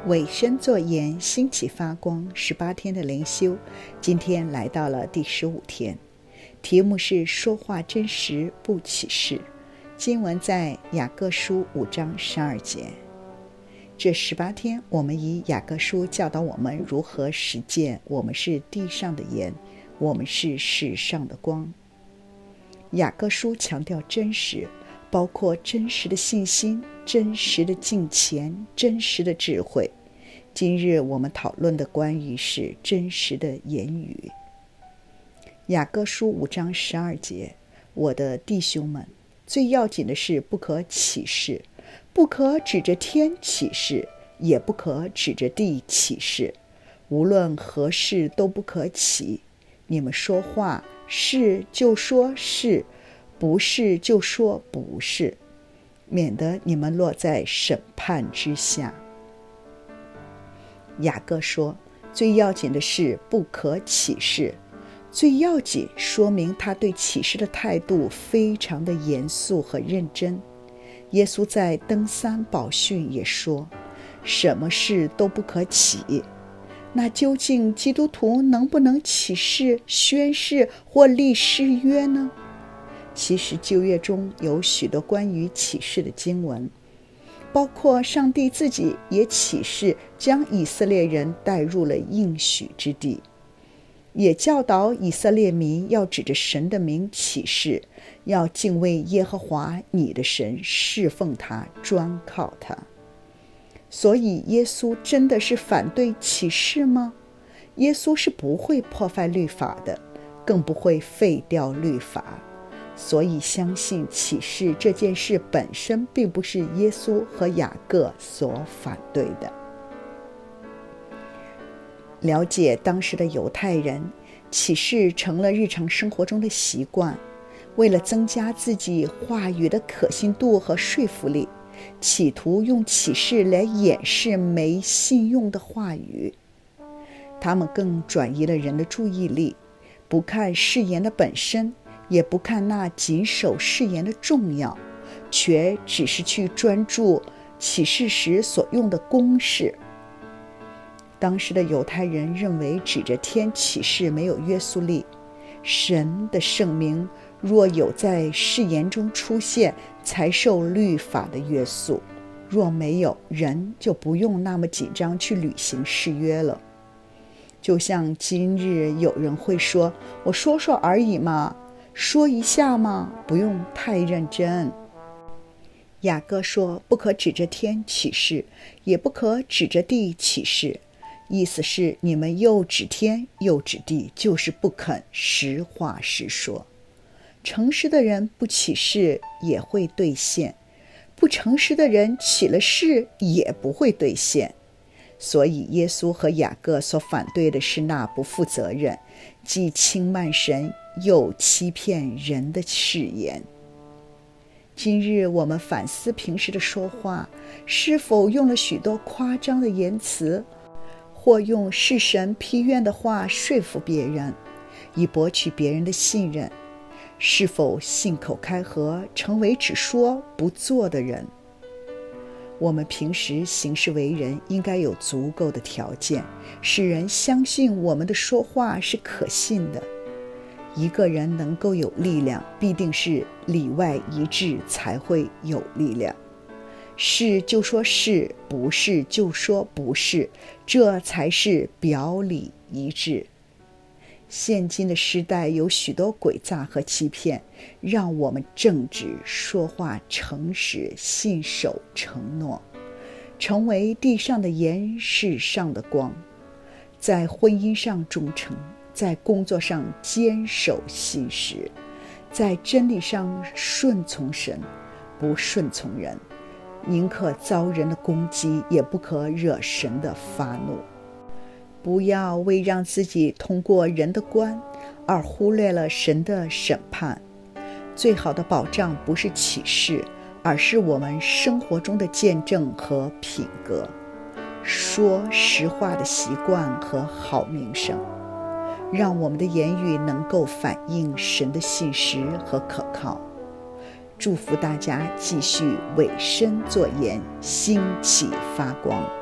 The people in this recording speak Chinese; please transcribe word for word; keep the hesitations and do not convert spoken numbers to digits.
委身作盐，兴起发光。十八天的灵修，今天来到了第十五天，题目是说话真实不起誓。经文在雅各书五章十二节。这十八天，我们以雅各书教导我们如何实践我们是地上的盐，我们是世上的光。雅各书强调真实，包括真实的信心、真实的敬虔、真实的智慧。今日我们讨论的关于是真实的言语。雅各书五章十二节，我的弟兄们，最要紧的是不可起誓，不可指着天起誓，也不可指着地起誓，无论何事都不可起。你们说话，是就说是，不是就说不是，免得你们落在审判之下。雅各说，最要紧的是不可起誓。最要紧说明他对起誓的态度非常的严肃和认真。耶稣在登山宝训也说，什么事都不可起。那究竟基督徒能不能起誓、宣誓或立誓约呢？其实旧约中有许多关于起誓的经文，包括上帝自己也起誓将以色列人带入了应许之地，也教导以色列民要指着神的名起誓，要敬畏耶和华你的神，侍奉他，专靠他。所以耶稣真的是反对起誓吗？耶稣是不会破坏律法的，更不会废掉律法。所以相信起誓这件事本身并不是耶稣和雅各所反对的。了解当时的犹太人，起誓成了日常生活中的习惯。为了增加自己话语的可信度和说服力，企图用起誓来掩饰没信用的话语。他们更转移了人的注意力，不看誓言的本身，也不看那谨守誓言的重要，却只是去专注起誓时所用的公式。当时的犹太人认为指着天起誓没有约束力，神的圣名若有在誓言中出现，才受律法的约束，若没有，人就不用那么紧张去履行誓约了。就像今日有人会说，我说说而已嘛，说一下嘛，不用太认真。雅各说，不可指着天起誓，也不可指着地起誓，意思是你们又指天又指地，就是不肯实话实说。诚实的人不起誓也会兑现，不诚实的人起了誓也不会兑现。所以耶稣和雅各所反对的是那不负责任，既轻慢神又欺骗人的誓言。今日我们反思平时的说话，是否用了许多夸张的言辞，或用是神批愿的话说服别人，以博取别人的信任？是否信口开河，成为只说不做的人？我们平时行事为人应该有足够的条件，使人相信我们的说话是可信的。一个人能够有力量，必定是里外一致才会有力量。是就说是，不是就说不是，这才是表里一致。现今的时代有许多诡诈和欺骗，让我们正直，说话诚实，信守承诺，成为地上的盐，世上的光。在婚姻上忠诚，在工作上坚守信实，在真理上顺从神，不顺从人，宁可遭人的攻击，也不可惹神的发怒。不要为让自己通过人的关而忽略了神的审判。最好的保障不是起誓，而是我们生活中的见证和品格，说实话的习惯和好名声，让我们的言语能够反映神的信实和可靠。祝福大家继续委身作盐，兴起发光。